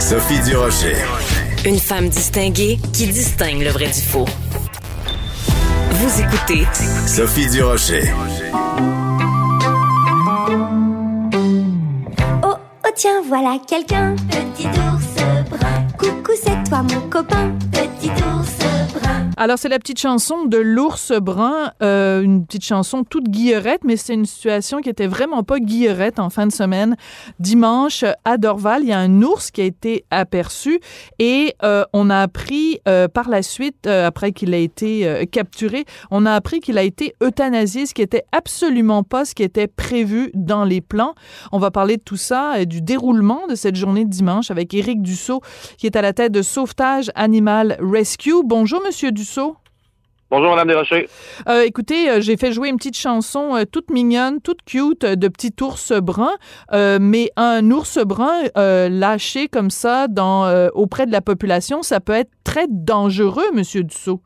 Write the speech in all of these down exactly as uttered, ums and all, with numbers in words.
Sophie Durocher. Une femme distinguée qui distingue le vrai du faux. Vous écoutez Sophie Durocher. Oh, oh tiens, voilà quelqu'un. Petit ours brun. Coucou, c'est toi mon copain. Petit ours brun. Alors, c'est la petite chanson de l'ours brun, euh, une petite chanson toute guillerette, mais c'est une situation qui était vraiment pas guillerette en fin de semaine. Dimanche, à Dorval, il y a un ours qui a été aperçu et euh, on a appris euh, par la suite, euh, après qu'il a été euh, capturé, on a appris qu'il a été euthanasié, ce qui était absolument pas ce qui était prévu dans les plans. On va parler de tout ça, et du déroulement de cette journée de dimanche avec Éric Dussault, qui est à la tête de Sauvetage Animal Rescue. Bonjour, Monsieur Dussault. Bonjour, Mme Desrochers. Euh, écoutez, euh, j'ai fait jouer une petite chanson euh, toute mignonne, toute cute, euh, de petit ours brun, euh, mais un ours brun euh, lâché comme ça dans, euh, auprès de la population, ça peut être très dangereux, Monsieur Dussault.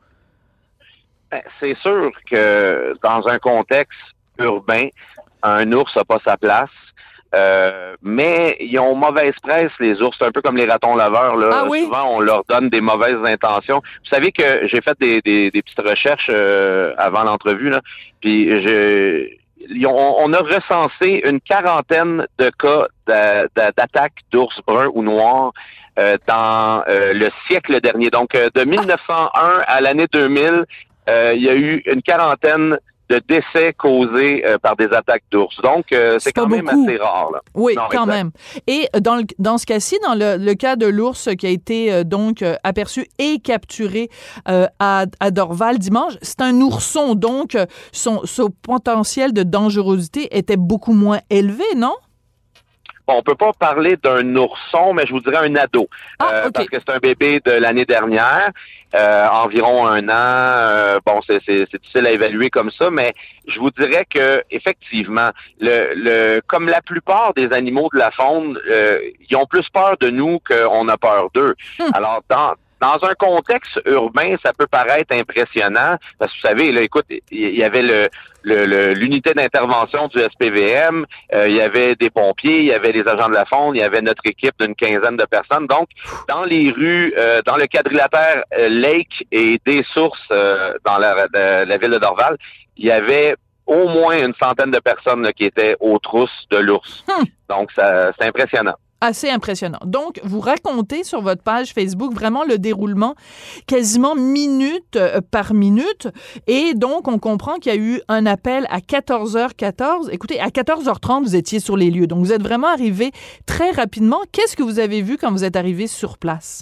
Ben, c'est sûr que dans un contexte urbain, un ours n'a pas sa place. Euh, mais ils ont mauvaise presse, les ours, un peu comme les ratons laveurs. Là. Ah oui? Souvent, on leur donne des mauvaises intentions. Vous savez que j'ai fait des, des, des petites recherches euh, avant l'entrevue, là, puis je, on, on a recensé une quarantaine de cas d'a, d'a, d'attaques d'ours bruns ou noirs euh, dans euh, le siècle dernier. Donc, euh, de mille neuf cent un à l'année deux mille, euh, il y a eu une quarantaine de décès causés euh, par des attaques d'ours. Donc, euh, c'est, c'est quand même beaucoup. Assez rare. Là. Oui, non, quand exact. même. Et dans, le, dans ce cas-ci, dans le, le cas de l'ours qui a été euh, donc euh, aperçu et capturé euh, à, à Dorval dimanche, c'est un ourson, donc son, son potentiel de dangerosité était beaucoup moins élevé, non? Bon, on peut pas parler d'un ourson, mais je vous dirais un ado. Ah, euh, okay. Parce que c'est un bébé de l'année dernière, euh, environ un an. Euh, bon, c'est, c'est, c'est difficile à évaluer comme ça, mais je vous dirais que effectivement, le, le comme la plupart des animaux de la faune, euh, ils ont plus peur de nous qu'on a peur d'eux. Hum. Alors, dans Dans un contexte urbain, ça peut paraître impressionnant, parce que vous savez, là, écoute, il y avait le, le, le l'unité d'intervention du S P V M, euh, il y avait des pompiers, il y avait les agents de la faune, il y avait notre équipe d'une quinzaine de personnes. Donc, dans les rues, euh, dans le quadrilatère euh, Lake et des sources euh, dans la, la, la ville de Dorval, il y avait au moins une centaine de personnes là, qui étaient aux trousses de l'ours. Hum. Donc, ça, c'est impressionnant. Assez impressionnant. Donc, vous racontez sur votre page Facebook vraiment le déroulement quasiment minute par minute. Et donc, on comprend qu'il y a eu un appel à quatorze heures quatorze. Écoutez, à quatorze heures trente, vous étiez sur les lieux. Donc, vous êtes vraiment arrivé très rapidement. Qu'est-ce que vous avez vu quand vous êtes arrivé sur place?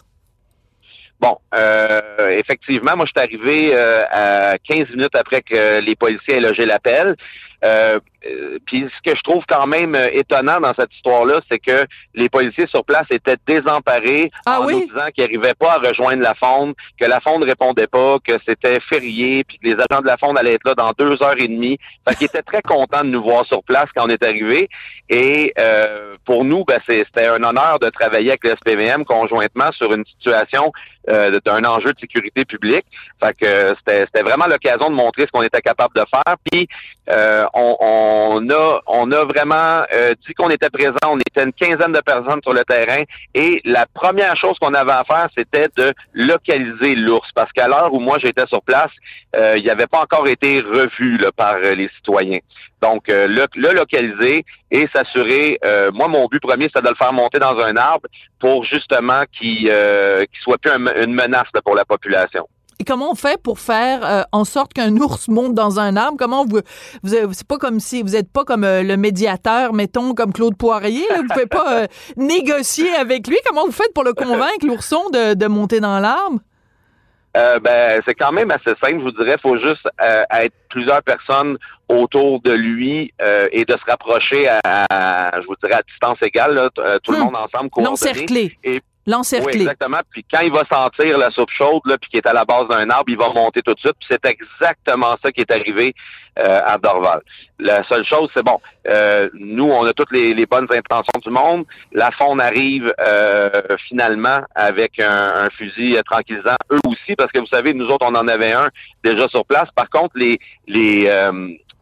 Bon, euh, effectivement, moi, je suis arrivé euh, à quinze minutes après que les policiers aient logé l'appel. Euh, euh, puis ce que je trouve quand même euh, étonnant dans cette histoire-là, c'est que les policiers sur place étaient désemparés ah, en oui? nous disant qu'ils n'arrivaient pas à rejoindre la faune, que la faune ne répondait pas, que c'était férié, puis que les agents de la faune allaient être là dans deux heures et demie. Fait qu'ils étaient très contents de nous voir sur place quand on est arrivé. Et euh, pour nous, ben, c'est, c'était un honneur de travailler avec le S P V M conjointement sur une situation euh, d'un enjeu de sécurité publique. Fait que c'était, c'était vraiment l'occasion de montrer ce qu'on était capable de faire. Puis euh, on, on a on a vraiment euh, dit qu'on était présent. On était une quinzaine de personnes sur le terrain et la première chose qu'on avait à faire, c'était de localiser l'ours. Parce qu'à l'heure où moi j'étais sur place, euh, il n'avait pas encore été revu là, par euh, les citoyens. Donc, euh, le, le localiser et s'assurer, euh, moi, mon but premier, c'est de le faire monter dans un arbre pour justement qu'il euh, qu'il soit plus un, une menace là, pour la population. Et comment on fait pour faire euh, en sorte qu'un ours monte dans un arbre? Comment vous, vous c'est pas comme si vous êtes pas comme euh, le médiateur, mettons, comme Claude Poirier, là, vous pouvez pas euh, négocier avec lui. Comment vous faites pour le convaincre, l'ourson, de, de monter dans l'arbre? Euh, ben, c'est quand même assez simple, je vous dirais. Il faut juste euh, être plusieurs personnes autour de lui euh, et de se rapprocher à, à, je vous dirais, à distance égale, là, t- tout hum. le monde ensemble, coordonné. L'encercler. Et L'encercler. Oui, exactement. Puis quand il va sentir la soupe chaude, là, puis qui est à la base d'un arbre, il va monter tout de suite. Puis c'est exactement ça qui est arrivé euh, à Dorval. La seule chose, c'est bon, euh, nous, on a toutes les, les bonnes intentions du monde. La faune arrive euh, finalement avec un, un fusil tranquillisant, eux aussi, parce que vous savez, nous autres, on en avait un déjà sur place. Par contre, les les euh,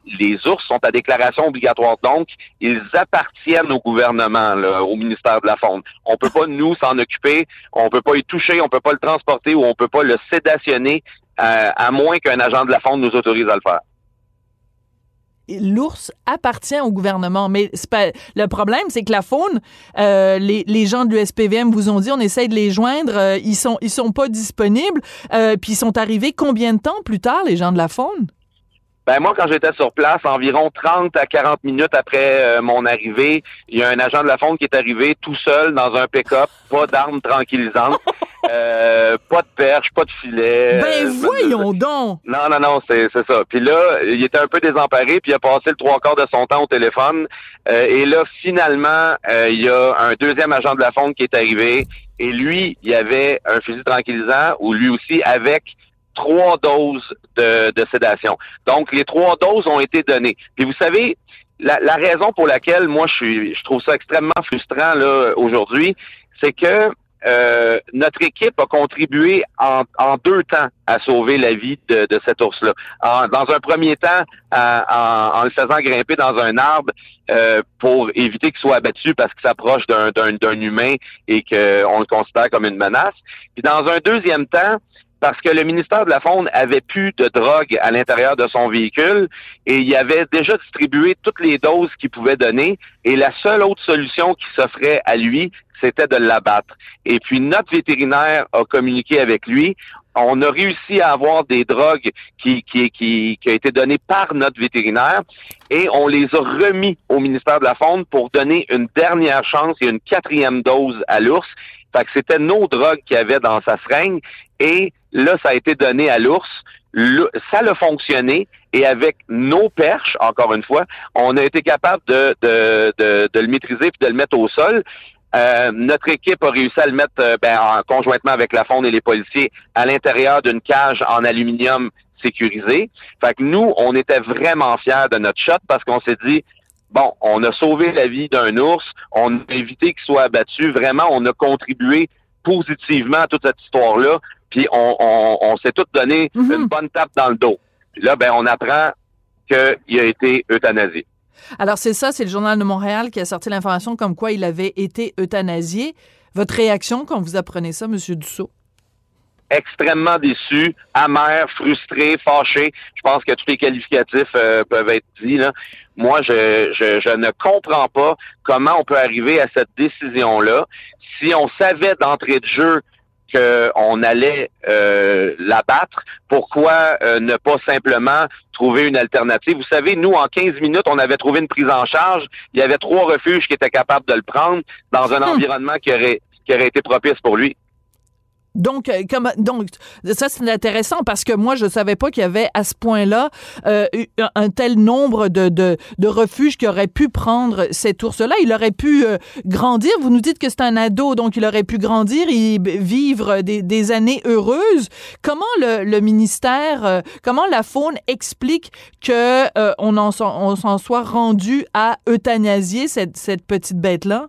les ours sont à déclaration obligatoire, donc ils appartiennent au gouvernement, là, au ministère de la Faune. On peut pas, nous, s'en occuper, on peut pas y toucher, on peut pas le transporter ou on peut pas le sédationner, euh, à moins qu'un agent de la Faune nous autorise à le faire. L'ours appartient au gouvernement, mais c'est pas, le problème, c'est que la faune, euh, les, les gens de l'U S P V M vous ont dit, on essaye de les joindre, euh, ils sont ils sont pas disponibles, euh, puis ils sont arrivés combien de temps plus tard, les gens de la faune? Ben moi, quand j'étais sur place, environ trente à quarante minutes après euh, mon arrivée, il y a un agent de la Faune qui est arrivé tout seul dans un pick-up, pas d'armes tranquillisantes, euh, pas de perche, pas de filet. Ben euh, voyons donc! Non, non, non, c'est c'est ça. Puis là, il était un peu désemparé, puis il a passé le trois quarts de son temps au téléphone. Euh, et là, finalement, euh, il y a un deuxième agent de la Faune qui est arrivé, et lui, il y avait un fusil tranquillisant, ou lui aussi, avec trois doses de, de sédation. Donc, les trois doses ont été données. Puis vous savez, la, la raison pour laquelle moi je suis, je trouve ça extrêmement frustrant là aujourd'hui, c'est que euh, notre équipe a contribué en, en deux temps à sauver la vie de, de cet ours-là. En, dans un premier temps, à, en, en le faisant grimper dans un arbre euh, pour éviter qu'il soit abattu parce qu'il s'approche d'un, d'un, d'un humain et qu'on le considère comme une menace. Puis dans un deuxième temps, parce que le ministère de la Faune avait plus de drogue à l'intérieur de son véhicule et il avait déjà distribué toutes les doses qu'il pouvait donner et la seule autre solution qui s'offrait à lui, c'était de l'abattre. Et puis notre vétérinaire a communiqué avec lui. On a réussi à avoir des drogues qui qui qui qui a été données par notre vétérinaire et on les a remis au ministère de la Faune pour donner une dernière chance et une quatrième dose à l'ours. Fait que c'était nos drogues qu'il y avait dans sa seringue et là, ça a été donné à l'ours. Le, ça a fonctionné et avec nos perches, encore une fois, on a été capable de, de, de, de le maîtriser puis de le mettre au sol. Euh, notre équipe a réussi à le mettre euh, ben, en, conjointement avec la Faune et les policiers à l'intérieur d'une cage en aluminium sécurisée. Fait que nous, on était vraiment fiers de notre shot parce qu'on s'est dit, bon, on a sauvé la vie d'un ours, on a évité qu'il soit abattu. Vraiment, on a contribué positivement à toute cette histoire-là. Puis on, on, on s'est tous donné mm-hmm. une bonne tape dans le dos. Puis là, ben, on apprend qu'il a été euthanasié. Alors c'est ça, c'est le Journal de Montréal qui a sorti l'information comme quoi il avait été euthanasié. Votre réaction quand vous apprenez ça, M. Dussault? Extrêmement déçu, amer, frustré, fâché. Je pense que tous les qualificatifs euh, peuvent être dits, là. Moi, je, je, je ne comprends pas comment on peut arriver à cette décision-là. Si on savait d'entrée de jeu qu'on allait euh, l'abattre, pourquoi euh, ne pas simplement trouver une alternative? Vous savez, nous, en quinze minutes, on avait trouvé une prise en charge. Il y avait trois refuges qui étaient capables de le prendre dans un hum. environnement qui aurait, qui aurait été propice pour lui. Donc, euh, comme, donc, ça, c'est intéressant parce que moi, je savais pas qu'il y avait à ce point-là euh, un tel nombre de, de, de refuges qui auraient pu prendre cet ours-là. Il aurait pu euh, grandir. Vous nous dites que c'est un ado, donc il aurait pu grandir et vivre des, des années heureuses. Comment le, le ministère, euh, comment la Faune explique que euh, on, en, on s'en soit rendu à euthanasier cette, cette petite bête-là?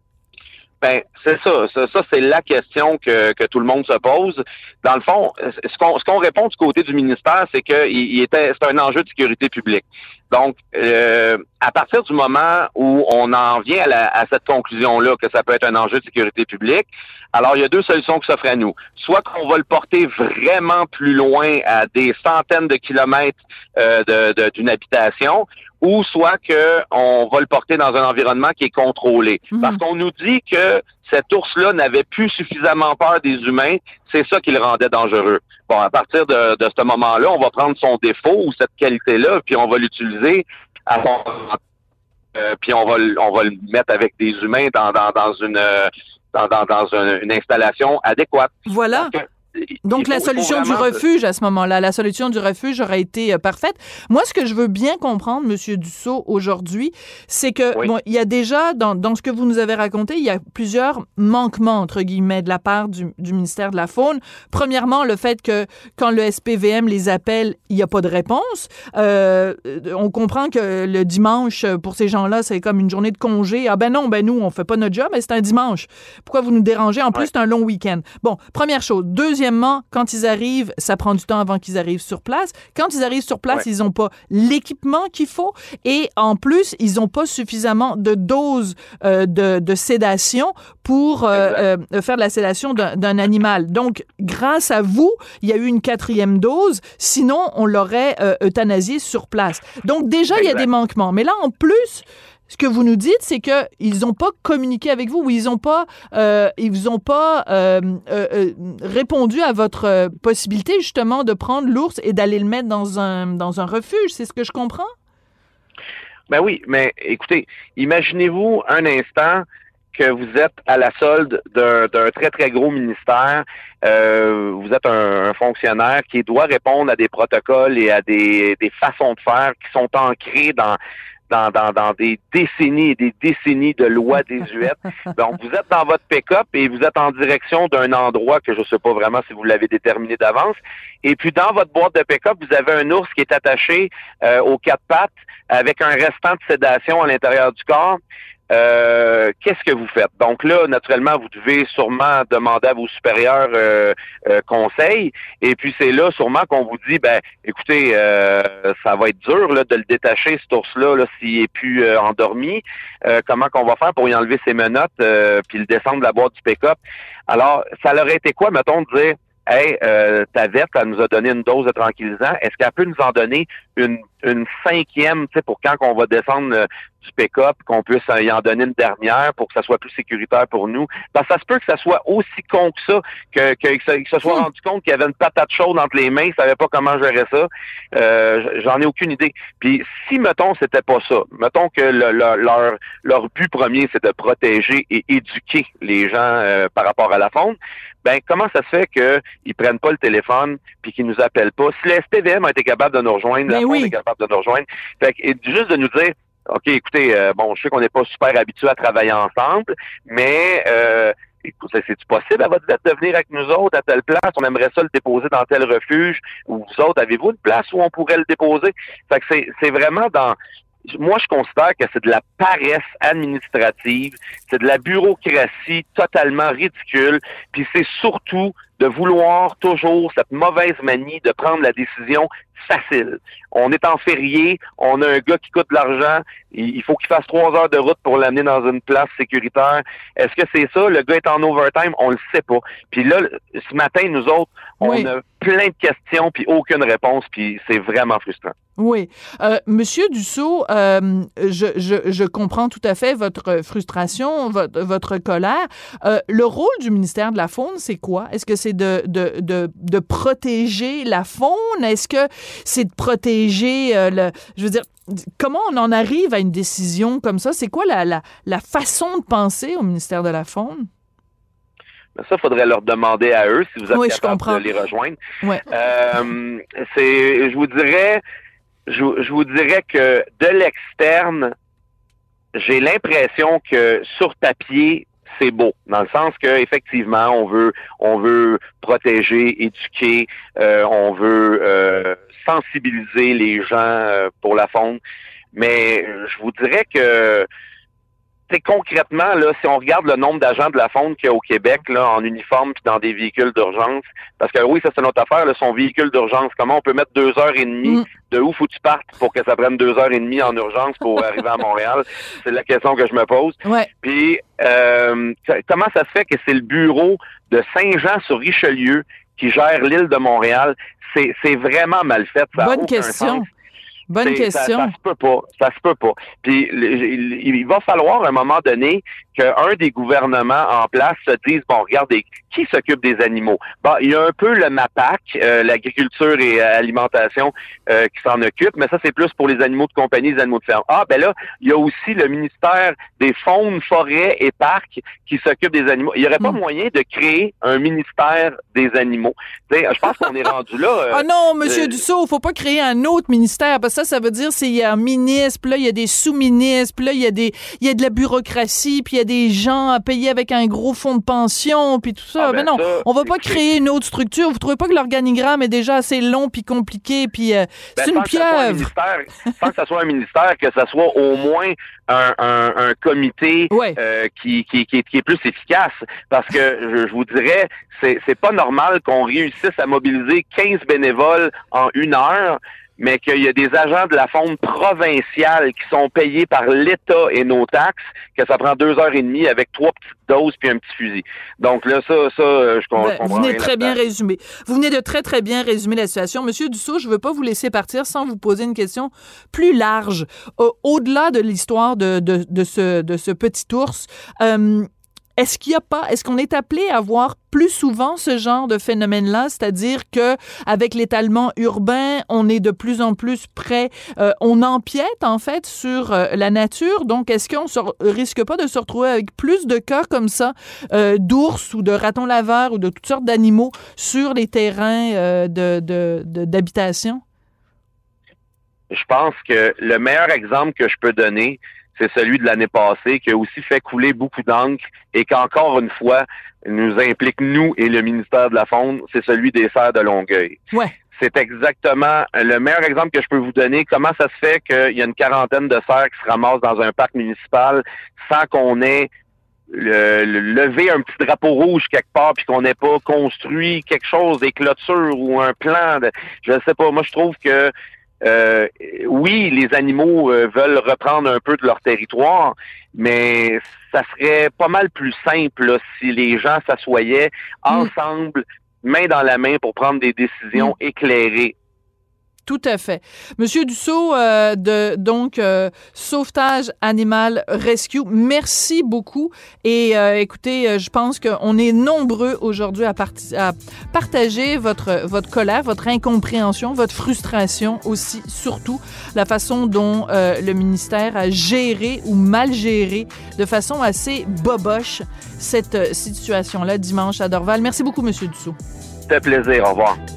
Ben, c'est ça. Ça, ça c'est la question que, que tout le monde se pose. Dans le fond, ce qu'on, ce qu'on répond du côté du ministère, c'est que il, il était, c'est un enjeu de sécurité publique. Donc, euh, à partir du moment où on en vient à, la, à cette conclusion-là, que ça peut être un enjeu de sécurité publique, alors il y a deux solutions qui s'offrent à nous. Soit qu'on va le porter vraiment plus loin, à des centaines de kilomètres euh, de, de, d'une habitation, ou soit qu'on va le porter dans un environnement qui est contrôlé. Mmh. Parce qu'on nous dit que cet ours-là n'avait plus suffisamment peur des humains, c'est ça qui le rendait dangereux. Bon, à partir de, de ce moment-là, on va prendre son défaut ou cette qualité-là, puis on va l'utiliser à son... Euh, puis on va on va le mettre avec des humains dans dans, dans une dans dans, dans une, une installation adéquate. Voilà. Donc, Donc, la solution du refuge, à ce moment-là, la solution du refuge aurait été euh, parfaite. Moi, ce que je veux bien comprendre, M. Dussault, aujourd'hui, c'est que, oui. bon, il y a déjà, dans, dans ce que vous nous avez raconté, il y a plusieurs manquements, entre guillemets, de la part du, du ministère de la Faune. Premièrement, le fait que, quand le S P V M les appelle, il n'y a pas de réponse. Euh, on comprend que le dimanche, pour ces gens-là, c'est comme une journée de congé. Ah ben non, ben nous, on fait pas notre job, mais c'est un dimanche. Pourquoi vous nous dérangez? En plus, ouais. c'est un long week-end. Bon, première chose. Deuxième Deuxièmement, quand ils arrivent, ça prend du temps avant qu'ils arrivent sur place. Quand ils arrivent sur place, ouais. ils n'ont pas l'équipement qu'il faut et en plus, ils n'ont pas suffisamment de doses euh, de, de sédation pour euh, euh, faire de la sédation d'un, d'un animal. Donc, grâce à vous, il y a eu une quatrième dose. Sinon, on l'aurait euh, euthanasié sur place. Donc, déjà, exact. Il y a des manquements. Mais là, en plus, ce que vous nous dites, c'est qu'ils n'ont pas communiqué avec vous ou ils n'ont pas, euh, ils vous ont pas euh, euh, répondu à votre euh, possibilité, justement, de prendre l'ours et d'aller le mettre dans un, dans un refuge. C'est ce que je comprends? Ben oui, mais écoutez, imaginez-vous un instant que vous êtes à la solde d'un, d'un très, très gros ministère. Euh, vous êtes un, un fonctionnaire qui doit répondre à des protocoles et à des, des façons de faire qui sont ancrées dans Dans, dans, dans des décennies et des décennies de lois désuètes. Donc, vous êtes dans votre pick-up et vous êtes en direction d'un endroit que je ne sais pas vraiment si vous l'avez déterminé d'avance. Et puis, dans votre boîte de pick-up, vous avez un ours qui est attaché euh, aux quatre pattes avec un restant de sédation à l'intérieur du corps. Euh, qu'est-ce que vous faites? Donc là, naturellement, vous devez sûrement demander à vos supérieurs euh, euh, conseil. Et puis c'est là sûrement qu'on vous dit, ben, écoutez, euh, ça va être dur là, de le détacher, cet ours-là, là, s'il est plus euh, endormi. Euh, comment qu'on va faire pour y enlever ses menottes euh, puis le descendre de la boîte du pick-up? Alors, ça leur aurait été quoi, mettons, de dire, hey, euh, ta vette, elle nous a donné une dose de tranquillisant. Est-ce qu'elle peut nous en donner une, une cinquième, tu sais, pour quand on va descendre euh, du pick-up, qu'on puisse euh, y en donner une dernière pour que ça soit plus sécuritaire pour nous? Parce que ça se peut que ça soit aussi con que ça, que, que, que ça, que se soit rendu compte qu'il y avait une patate chaude entre les mains, il savait pas comment gérer ça. Euh, j'en ai aucune idée. Puis si, mettons, c'était pas ça, mettons que le, le, leur, leur but premier, c'est de protéger et éduquer les gens euh, par rapport à la faune, ben comment ça se fait qu'ils prennent pas le téléphone puis qu'ils nous appellent pas? Si la S P V M a été capable de nous rejoindre, la oui. est capable de nous rejoindre, fait que, et juste de nous dire, OK, écoutez, euh, bon, je sais qu'on n'est pas super habitués à travailler ensemble, mais euh, écoutez, c'est-tu possible à votre vette de venir avec nous autres à telle place? On aimerait ça le déposer dans tel refuge. Ou vous autres, avez-vous une place où on pourrait le déposer? Fait que c'est, c'est vraiment dans... Moi, je considère que c'est de la paresse administrative, c'est de la bureaucratie totalement ridicule, puis c'est surtout de vouloir toujours cette mauvaise manie de prendre la décision facile. On est en férié, on a un gars qui coûte de l'argent, il faut qu'il fasse trois heures de route pour l'amener dans une place sécuritaire. Est-ce que c'est ça? Le gars est en overtime? On le sait pas. Puis là, ce matin, nous autres, on oui. a plein de questions puis aucune réponse, puis c'est vraiment frustrant. Oui. Euh, Monsieur Dussault, euh, je, je, je comprends tout à fait votre frustration, votre, votre colère. Euh, le rôle du ministère de la Faune, c'est quoi? Est-ce que c'est de, de, de, de protéger la faune? Est-ce que c'est de protéger, euh, le, je veux dire, comment on en arrive à une décision comme ça? C'est quoi la, la, la façon de penser au ministère de la Faune? Ça, il faudrait leur demander à eux si vous êtes oui, capable de les rejoindre. Ouais. Euh, c'est, je vous dirais, je, je vous dirais que de l'externe, j'ai l'impression que sur papier, c'est beau, dans le sens que effectivement, on veut, on veut protéger, éduquer, euh, on veut euh, sensibiliser les gens euh, pour la faune, mais je vous dirais que c'est concrètement, là, si on regarde le nombre d'agents de la faune qu'il y a au Québec, là, en uniforme puis dans des véhicules d'urgence, parce que oui, ça c'est notre affaire, là, son véhicule d'urgence, comment on peut mettre deux heures et demie, mm. de où faut que tu partes pour que ça prenne deux heures et demie en urgence pour arriver à Montréal? C'est la question que je me pose. Ouais. Puis, euh, comment ça se fait que c'est le bureau de Saint-Jean-sur-Richelieu qui gère l'île de Montréal? C'est, c'est vraiment mal fait. Ça Bonne question. Sens. Bonne c'est, question. Ça, ça se peut pas. Ça se peut pas. Puis il, il va falloir à un moment donné qu'un des gouvernements en place se dise, bon, regardez, qui s'occupe des animaux? Bon, il y a un peu le MAPAC, euh, l'agriculture et euh, alimentation, euh, qui s'en occupe, mais ça, c'est plus pour les animaux de compagnie, les animaux de ferme. Ah, ben là, il y a aussi le ministère des Faunes, Forêts et Parcs qui s'occupe des animaux. Il n'y aurait pas mmh. moyen de créer un ministère des animaux. T'sais, je pense qu'on est rendu là. Euh, ah non, Monsieur euh, Dussault, faut pas créer un autre ministère, parce ça, ça veut dire c'est il y a un ministre, puis là, il y a des sous-ministres, puis là, il y a des il y a de la bureaucratie, puis il y a des gens à payer avec un gros fonds de pension, puis tout ça. Ah ben mais non, ça, on va pas c'est... créer une autre structure. Vous trouvez pas que l'organigramme est déjà assez long puis compliqué, puis euh, ben, c'est une pieuvre. Sans que ça soit un ministère, que ça soit au moins un, un, un comité ouais. euh, qui, qui, qui, est, qui est plus efficace. Parce que je, je vous dirais, c'est, c'est pas normal qu'on réussisse à mobiliser quinze bénévoles en une heure, mais qu'il y a des agents de la faune provinciale qui sont payés par l'État et nos taxes, que ça prend deux heures et demie avec trois petites doses puis un petit fusil. Donc là, ça, ça, je comprends. Ben, vous venez de très bien résumer. Vous venez de très, très bien résumer la situation. Monsieur Dussault, je veux pas vous laisser partir sans vous poser une question plus large. Au- au-delà de l'histoire de, de, de, ce, de ce petit ours, euh, est-ce qu'il y a pas, est-ce qu'on est appelé à voir plus souvent ce genre de phénomène-là, c'est-à-dire que avec l'étalement urbain, on est de plus en plus près, euh, on empiète en fait sur euh, la nature. Donc, est-ce qu'on se risque pas de se retrouver avec plus de cas comme ça euh, d'ours ou de ratons laveurs ou de toutes sortes d'animaux sur les terrains euh, de, de, de, d'habitation? Je pense que le meilleur exemple que je peux donner, c'est celui de l'année passée, qui a aussi fait couler beaucoup d'encre et qu'encore une fois, nous implique nous et le ministère de la Faune, c'est celui des cerfs de Longueuil. Ouais. C'est exactement le meilleur exemple que je peux vous donner. Comment ça se fait qu'il y a une quarantaine de cerfs qui se ramassent dans un parc municipal sans qu'on ait le, le, levé un petit drapeau rouge quelque part puis qu'on n'ait pas construit quelque chose, des clôtures ou un plan de, je sais pas. Moi, je trouve que Euh, oui, les animaux euh, veulent reprendre un peu de leur territoire, mais ça serait pas mal plus simple là, si les gens s'assoyaient ensemble, main dans la main, pour prendre des décisions mmh. éclairées. Tout à fait. Monsieur Dussault, euh, de donc euh, Sauvetage Animal Rescue, merci beaucoup. Et euh, écoutez, je pense qu'on est nombreux aujourd'hui à, part- à partager votre votre colère, votre incompréhension, votre frustration aussi, surtout la façon dont euh, le ministère a géré ou mal géré de façon assez boboche cette euh, situation-là dimanche à Dorval. Merci beaucoup, Monsieur Dussault. C'était plaisir. Au revoir.